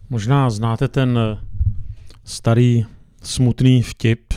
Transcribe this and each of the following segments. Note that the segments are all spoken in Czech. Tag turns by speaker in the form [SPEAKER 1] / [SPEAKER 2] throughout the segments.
[SPEAKER 1] Možná znáte ten starý smutný vtip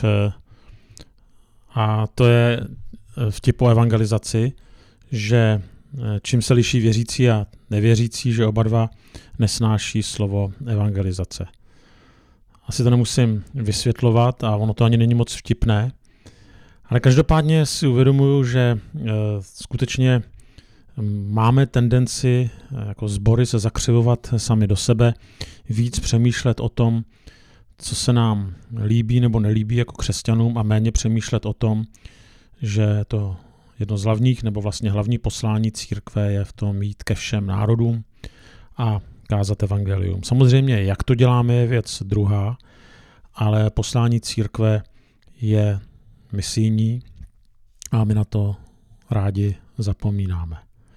[SPEAKER 1] a to je vtip o evangelizaci, že čím se liší věřící a nevěřící, že oba dva nesnáší slovo evangelizace. Asi to nemusím vysvětlovat a ono to ani není moc vtipné, ale každopádně si uvědomuju, že skutečně máme tendenci jako sbory se zakřivovat sami do sebe, víc přemýšlet o tom, co se nám líbí nebo nelíbí jako křesťanům a méně přemýšlet o tom, že to jedno z hlavních nebo vlastně hlavní poslání církve je v tom jít ke všem národům a kázat evangelium. Samozřejmě, jak to děláme, je věc druhá, ale poslání církve je misijní a my na to rádi zapomínáme.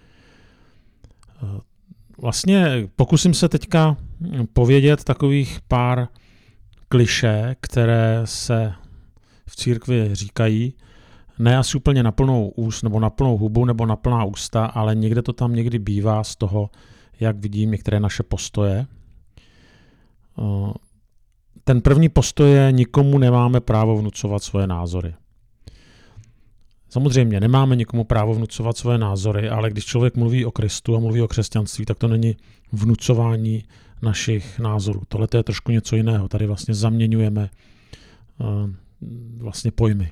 [SPEAKER 1] Vlastně pokusím se teďka povědět takových pár klišé, které se v církvi říkají, ne asi úplně na plnou úst, nebo na plnou hubu, nebo na plná ústa, ale někde to tam někdy bývá z toho, jak vidím některé naše postoje. Ten první postoj je, nikomu nemáme právo vnucovat svoje názory. Samozřejmě nemáme nikomu právo vnucovat svoje názory, ale když člověk mluví o Kristu a mluví o křesťanství, tak to není vnucování našich názorů. Tohle je trošku něco jiného. Tady vlastně zaměňujeme vlastně pojmy.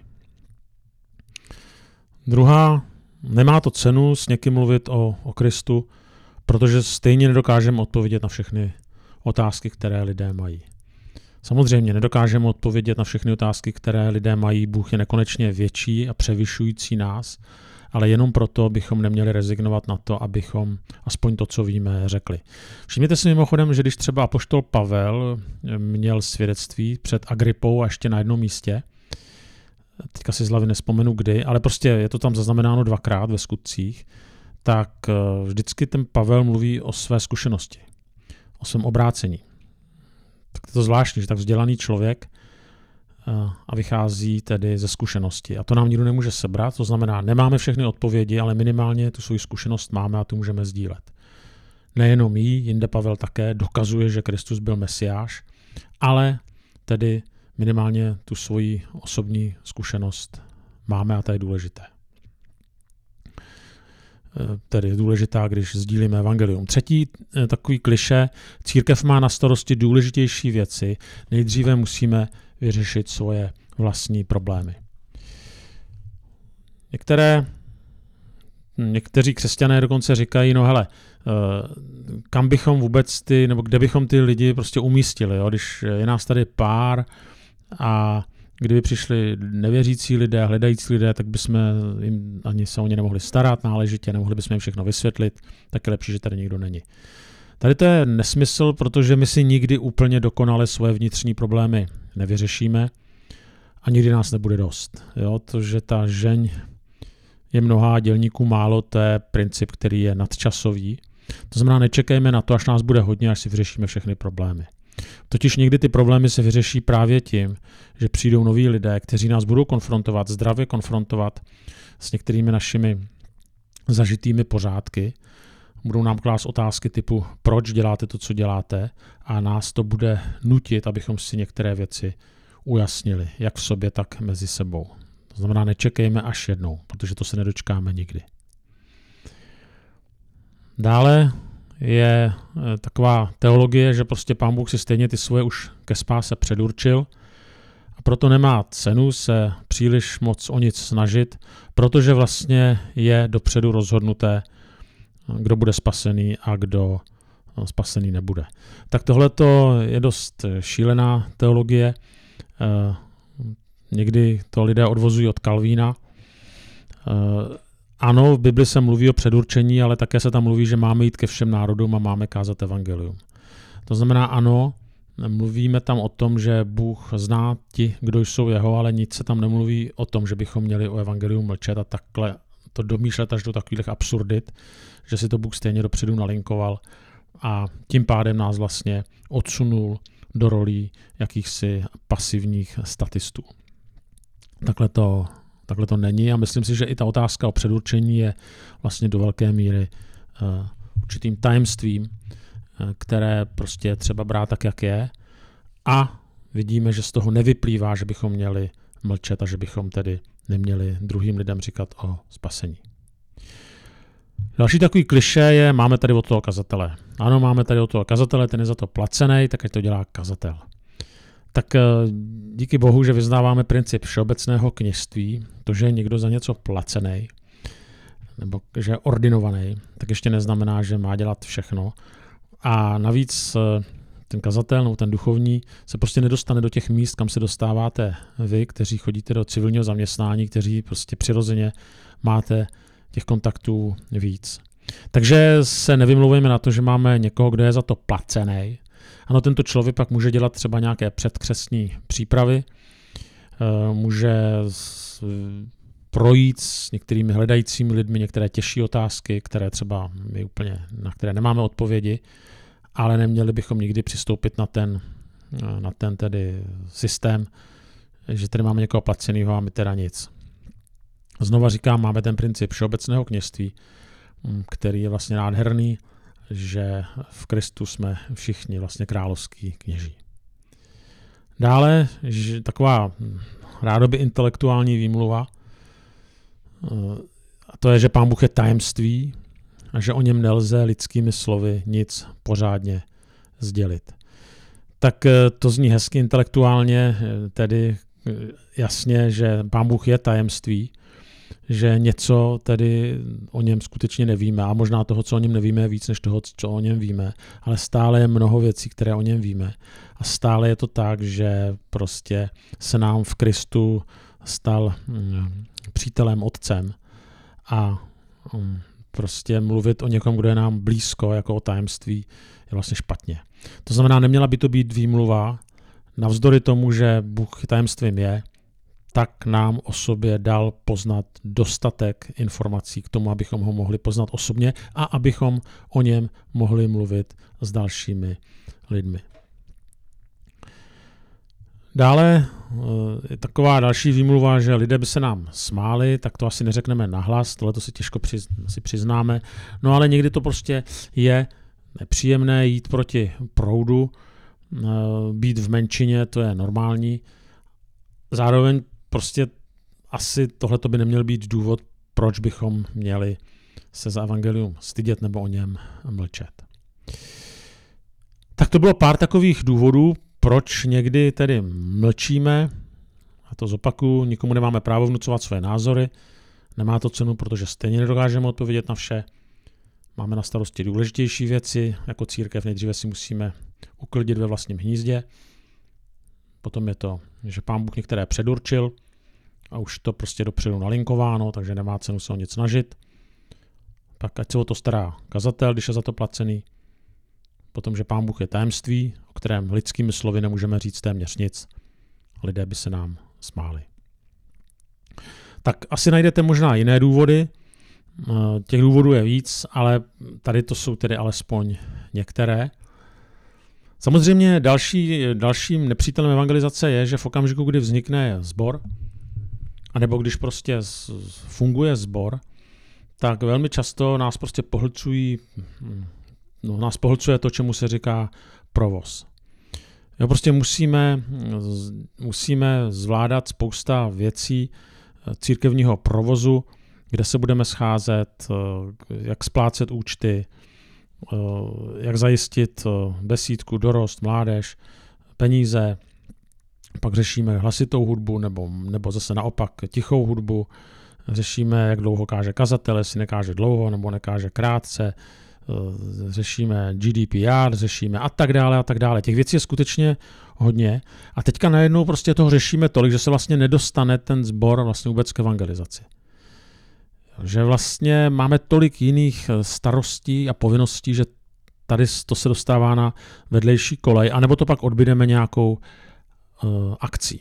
[SPEAKER 1] Druhá, nemá to cenu s někým mluvit o Kristu, protože stejně nedokážeme odpovědět na všechny otázky, které lidé mají. Samozřejmě nedokážeme odpovědět na všechny otázky, které lidé mají. Bůh je nekonečně větší a převyšující nás, ale jenom proto bychom neměli rezignovat na to, abychom aspoň to, co víme, řekli. Všimněte si mimochodem, že když třeba apoštol Pavel měl svědectví před Agripou a ještě na jednom místě, teďka si z hlavy nespomenu kdy, ale prostě je to tam zaznamenáno dvakrát ve skutcích, tak vždycky ten Pavel mluví o své zkušenosti, o svém obrácení. Tak je to zvláštní, že tak vzdělaný člověk a vychází tedy ze zkušenosti. A to nám nikdo nemůže sebrat, to znamená, nemáme všechny odpovědi, ale minimálně tu svou zkušenost máme a tu můžeme sdílet. Nejenom jí, jinde Pavel také dokazuje, že Kristus byl Mesiáš, ale tedy minimálně tu svoji osobní zkušenost máme a to je důležité. Tedy je důležitá, když sdílíme evangelium. Třetí takový klišé, církev má na starosti důležitější věci, nejdříve musíme vyřešit svoje vlastní problémy. Někteří křesťané dokonce říkají, no hele, kam bychom vůbec nebo kde bychom ty lidi prostě umístili, jo? Když je nás tady pár a kdyby přišli nevěřící lidé, hledající lidé, tak bychom jim ani se o ně nemohli starat náležitě, nemohli bychom jim všechno vysvětlit, tak je lepší, že tady nikdo není. Tady to je nesmysl, protože my si nikdy úplně dokonale svoje vnitřní problémy nevyřešíme a nikdy nás nebude dost. Jo? To, že ta žeň je mnohá, dělníků málo, to je princip, který je nadčasový. To znamená, nečekejme na to, až nás bude hodně, až si vyřešíme všechny problémy. Totiž někdy ty problémy se vyřeší právě tím, že přijdou noví lidé, kteří nás budou konfrontovat, zdravě konfrontovat s některými našimi zažitými pořádky. Budou nám klást otázky typu, proč děláte to, co děláte, a nás to bude nutit, abychom si některé věci ujasnili, jak v sobě, tak mezi sebou. To znamená, nečekejme až jednou, protože to se nedočkáme nikdy. Dále je taková teologie, že prostě Pán Bůh si stejně ty svoje už ke spáse předurčil a proto nemá cenu se příliš moc o nic snažit, protože vlastně je dopředu rozhodnuté, kdo bude spasený a kdo spasený nebude. Tak tohleto je dost šílená teologie. Někdy to lidé odvozují od Kalvína. Ano, v Bibli se mluví o předurčení, ale také se tam mluví, že máme jít ke všem národům a máme kázat evangelium. To znamená ano, mluvíme tam o tom, že Bůh zná ti, kdo jsou jeho, ale nic se tam nemluví o tom, že bychom měli o evangeliu mlčet a takhle to domýšlet až do takových absurdit, že si to Bůh stejně dopředu nalinkoval a tím pádem nás vlastně odsunul do rolí jakýchsi pasivních statistů. Takhle to není a myslím si, že i ta otázka o předurčení je vlastně do velké míry určitým tajemstvím, které prostě třeba brát tak, jak je, a vidíme, že z toho nevyplývá, že bychom měli mlčet a že bychom tedy neměli druhým lidem říkat o spasení. Další takový klišé je, máme tady od toho kazatele. Ano, máme tady od toho kazatele, ten je za to placený, tak ať to dělá kazatel. Tak díky Bohu, že vyznáváme princip všeobecného kněžství, to, že je někdo za něco placený, nebo že je ordinovaný, tak ještě neznamená, že má dělat všechno. A navíc ten kazatel nebo ten duchovní se prostě nedostane do těch míst, kam se dostáváte vy, kteří chodíte do civilního zaměstnání, kteří prostě přirozeně máte těch kontaktů víc. Takže se nevymlouvejme na to, že máme někoho, kdo je za to placený. Ano, tento člověk pak může dělat třeba nějaké předkřestní přípravy, může projít s některými hledajícími lidmi některé těžší otázky, které třeba my úplně, na které nemáme odpovědi, ale neměli bychom nikdy přistoupit na ten tedy systém, že tady máme někoho placeného a my teda nic. Znova říkám, máme ten princip všeobecného kněžství, který je vlastně nádherný, že v Kristu jsme všichni vlastně královský kněží. Dále taková rádoby intelektuální výmluva, a to je, že Pán Bůh je tajemství a že o něm nelze lidskými slovy nic pořádně sdělit. Tak to zní hezky intelektuálně, tedy jasně, že Pán Bůh je tajemství, že něco tedy o něm skutečně nevíme a možná toho, co o něm nevíme, je víc než toho, co o něm víme, ale stále je mnoho věcí, které o něm víme a stále je to tak, že prostě se nám v Kristu stal přítelem, otcem a prostě mluvit o někom, kdo je nám blízko, jako o tajemství, je vlastně špatně. To znamená, neměla by to být výmluva, navzdory tomu, že Bůh tajemstvím je, tak nám o sobě dal poznat dostatek informací k tomu, abychom ho mohli poznat osobně a abychom o něm mohli mluvit s dalšími lidmi. Dále je taková další výmluva, že lidé by se nám smáli, tak to asi neřekneme nahlas, tohle to si těžko si přiznáme, no ale někdy to prostě je nepříjemné jít proti proudu, být v menšině, to je normální. Zároveň prostě asi tohleto by neměl být důvod, proč bychom měli se za evangelium stydět nebo o něm mlčet. Tak to bylo pár takových důvodů, proč někdy tedy mlčíme, a to zopakuju, nikomu nemáme právo vnucovat své názory, nemá to cenu, protože stejně nedokážeme odpovědět na vše, máme na starosti důležitější věci, jako církev nejdříve si musíme uklidit ve vlastním hnízdě, potom je to, že Pán Bůh některé předurčil a už to prostě dopředu nalinkováno, takže nemá cenu se o nic snažit. Pak ať se o to stará kazatel, když je za to placený. Potom, že Pán Bůh je tajemství, o kterém lidskými slovy nemůžeme říct téměř nic. Lidé by se nám smáli. Tak asi najdete možná jiné důvody. Těch důvodů je víc, ale tady to jsou tedy alespoň některé. Samozřejmě dalším nepřítelem evangelizace je, že v okamžiku, kdy vznikne sbor, anebo když prostě funguje sbor, tak velmi často nás prostě nás pohlcuje to, čemu se říká provoz. Jo, prostě musíme zvládat spousta věcí církevního provozu, kde se budeme scházet, jak splácet účty, jak zajistit besídku, dorost, mládež, peníze, pak řešíme hlasitou hudbu nebo zase naopak tichou hudbu, řešíme, jak dlouho káže kazatel, jestli nekáže dlouho nebo nekáže krátce, řešíme GDPR, řešíme a tak dále a tak dále. Těch věcí je skutečně hodně a teďka najednou prostě toho řešíme tolik, že se vlastně nedostane ten sbor vlastně vůbec k evangelizaci. Že vlastně máme tolik jiných starostí a povinností, že tady to se dostává na vedlejší kolej, anebo to pak odbydeme nějakou akcí.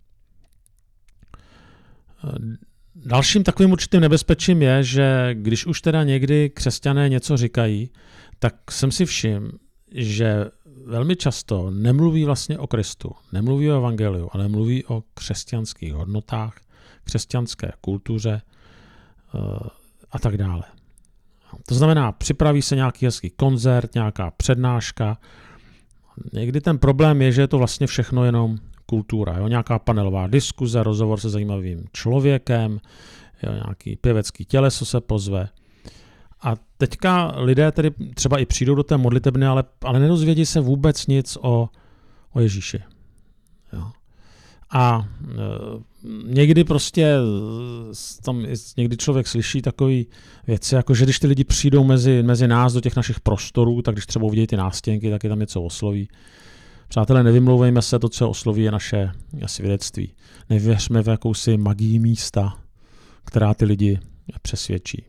[SPEAKER 1] Dalším takovým určitým nebezpečím je, že když už teda někdy křesťané něco říkají, tak jsem si všiml, že velmi často nemluví vlastně o Kristu, nemluví o evangeliu, ale mluví o křesťanských hodnotách, křesťanské kultuře a tak dále. To znamená, připraví se nějaký hezký koncert, nějaká přednáška. Někdy ten problém je, že je to vlastně všechno jenom kultura. Jo? Nějaká panelová diskuze, rozhovor se zajímavým člověkem, jo? Nějaký pěvecký těleso se pozve. A teďka lidé tedy třeba i přijdou do té modlitebny, ale nedozvědí se vůbec nic o Ježíši. Jo? A někdy prostě tam někdy člověk slyší takové věci, jako že když ty lidi přijdou mezi nás do těch našich prostorů, tak když třeba uvidí ty nástěnky, tak je tam něco osloví. Přátelé, nevymlouvejme se, to, co osloví, je naše svědectví. Nevěřme v jakousi magii místa, která ty lidi přesvědčí.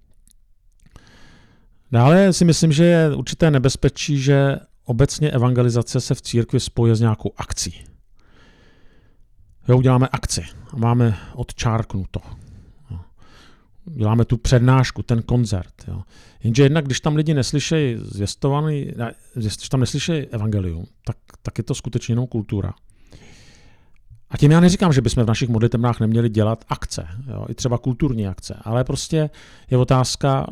[SPEAKER 1] Dále si myslím, že je určité nebezpečí, že obecně evangelizace se v církvi spojuje s nějakou akcí. Jo, uděláme akci a máme odčárknuto. Jo. Děláme tu přednášku, ten koncert. Jo. Jenže jednak, když tam lidi neslyšejí když tam neslyšejí evangelium, tak je to skutečně jenom kultura. A tím já neříkám, že bychom v našich modlitebnách neměli dělat akce, jo, i třeba kulturní akce, ale prostě je otázka,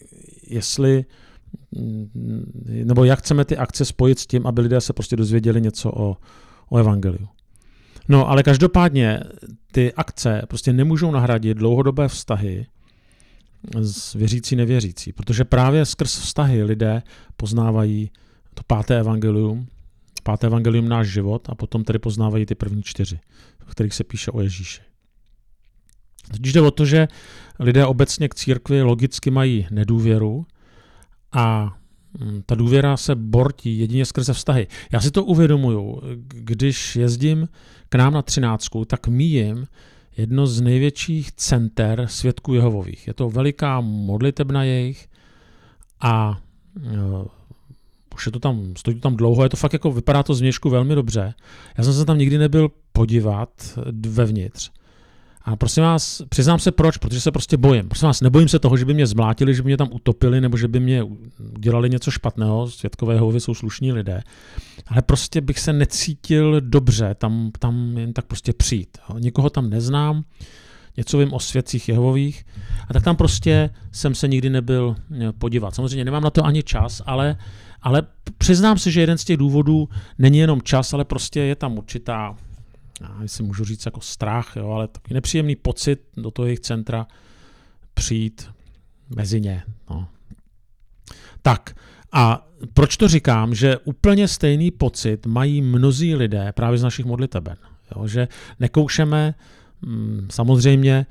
[SPEAKER 1] nebo jak chceme ty akce spojit s tím, aby lidé se prostě dozvěděli něco o evangeliu. No, ale každopádně ty akce prostě nemůžou nahradit dlouhodobé vztahy s věřící, nevěřící, protože právě skrz vztahy lidé poznávají to páté evangelium náš život a potom tedy poznávají ty první 4, v kterých se píše o Ježíši. Totiž jde o to, že lidé obecně k církvi logicky mají nedůvěru a ta důvěra se bortí jedině skrze vztahy. Já si to uvědomuju, když jezdím k nám na 13, tak míjím jedno z největších center svědků Jehovových. Je to veliká modlitebna jejich a už je to tam, stojí to tam dlouho, je to fakt jako, vypadá to zvnějšku velmi dobře. Já jsem se tam nikdy nebyl podívat vevnitř. A prosím vás, přiznám se proč, protože se prostě bojím. Prosím vás, nebojím se toho, že by mě zmlátili, že by mě tam utopili, nebo že by mě dělali něco špatného, svědkové Jehovy jsou slušní lidé, ale prostě bych se necítil dobře tam jen tak prostě přijít. Nikoho tam neznám, něco vím o svědcích Jehovových, a tak tam prostě jsem se nikdy nebyl podívat. Samozřejmě nemám na to ani čas, ale přiznám se, že jeden z těch důvodů není jenom čas, ale prostě je tam určitá, jestli můžu říct jako strach, jo, ale takový nepříjemný pocit do toho jejich centra přijít mezi ně. No. Tak a proč to říkám, že úplně stejný pocit mají mnozí lidé právě z našich modliteben. Jo, že nekoušeme samozřejmě,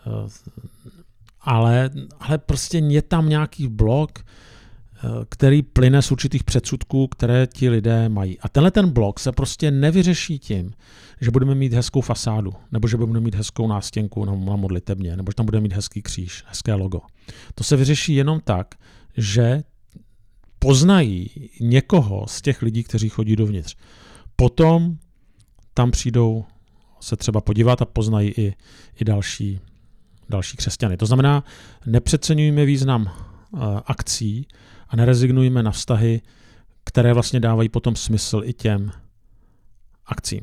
[SPEAKER 1] ale prostě je tam nějaký blok, který plyne z určitých předsudků, které ti lidé mají. A tenhle ten blok se prostě nevyřeší tím, že budeme mít hezkou fasádu, nebo že budeme mít hezkou nástěnku na modlitebně, nebo že tam budeme mít hezký kříž, hezké logo. To se vyřeší jenom tak, že poznají někoho z těch lidí, kteří chodí dovnitř. Potom tam přijdou se třeba podívat a poznají i další křesťany. To znamená, nepřeceňujme význam akcí a nerezignujme na vztahy, které vlastně dávají potom smysl i těm akcím.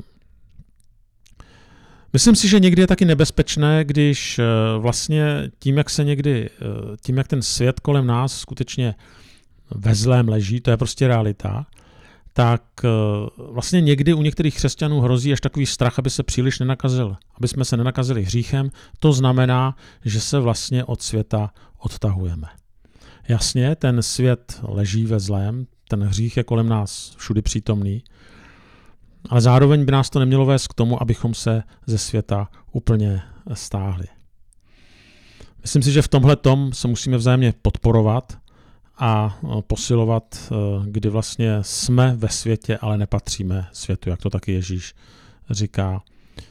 [SPEAKER 1] Myslím si, že někdy je taky nebezpečné, když vlastně tím, jak ten svět kolem nás skutečně ve zlém leží, to je prostě realita, tak vlastně někdy u některých křesťanů hrozí až takový strach, aby se příliš nenakazil, aby jsme se nenakazili hříchem. To znamená, že se vlastně od světa odtahujeme. Jasně, ten svět leží ve zlém, ten hřích je kolem nás všudy přítomný, ale zároveň by nás to nemělo vést k tomu, abychom se ze světa úplně stáhli. Myslím si, že v tomhletom se musíme vzájemně podporovat a posilovat, kdy vlastně jsme ve světě, ale nepatříme světu, jak to taky Ježíš říká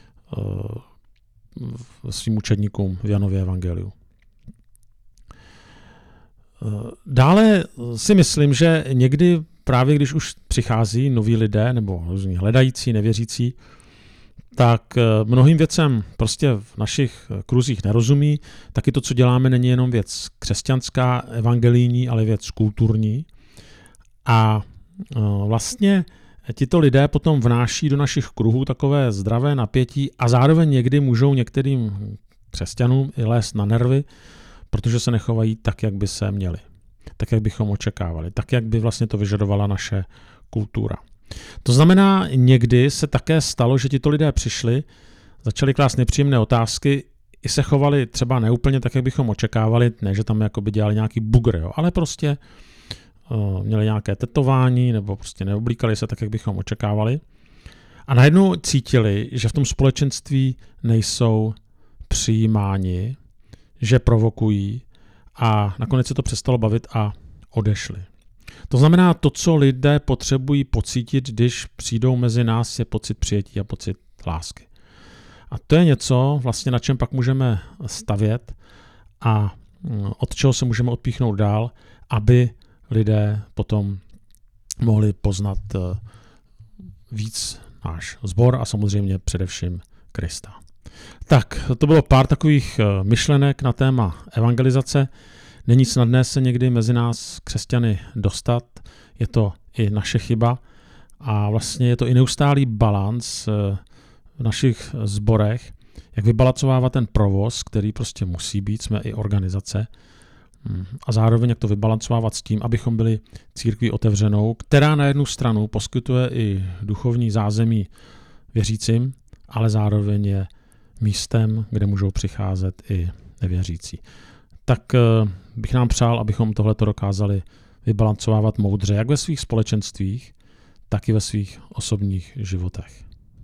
[SPEAKER 1] svým učedníkům v Janově evangeliu. Dále si myslím, že někdy právě když už přichází noví lidé nebo hledající, nevěřící, tak mnohým věcem prostě v našich kruzích nerozumí. Taky to, co děláme, není jenom věc křesťanská, evangelijní, ale věc kulturní. A vlastně tito lidé potom vnáší do našich kruhů takové zdravé napětí a zároveň někdy můžou některým křesťanům i lézt na nervy, protože se nechovají tak, jak by se měli, tak, jak bychom očekávali, tak, jak by vlastně to vyžadovala naše kultura. To znamená, někdy se také stalo, že tito lidé přišli, začali klást nepříjemné otázky, i se chovali třeba neúplně tak, jak bychom očekávali, ne, že tam jakoby dělali nějaký bugr, jo, ale prostě měli nějaké tetování nebo prostě neoblíkali se tak, jak bychom očekávali. A najednou cítili, že v tom společenství nejsou přijímáni, že provokují a nakonec se to přestalo bavit a odešli. To znamená, to, co lidé potřebují pocítit, když přijdou mezi nás, je pocit přijetí a pocit lásky. A to je něco, vlastně, na čem pak můžeme stavět a od čeho se můžeme odpíchnout dál, aby lidé potom mohli poznat víc náš sbor a samozřejmě především Krista. Tak, to bylo pár takových myšlenek na téma evangelizace. Není snadné se někdy mezi nás křesťany dostat, je to i naše chyba a vlastně je to i neustálý balans v našich sborech, jak vybalancovávat ten provoz, který prostě musí být, jsme i organizace, a zároveň jak to vybalancovávat s tím, abychom byli církví otevřenou, která na jednu stranu poskytuje i duchovní zázemí věřícím, ale zároveň je místem, kde můžou přicházet i nevěřící. Tak bych nám přál, abychom tohleto dokázali vybalancovávat moudře, jak ve svých společenstvích, tak i ve svých osobních životech.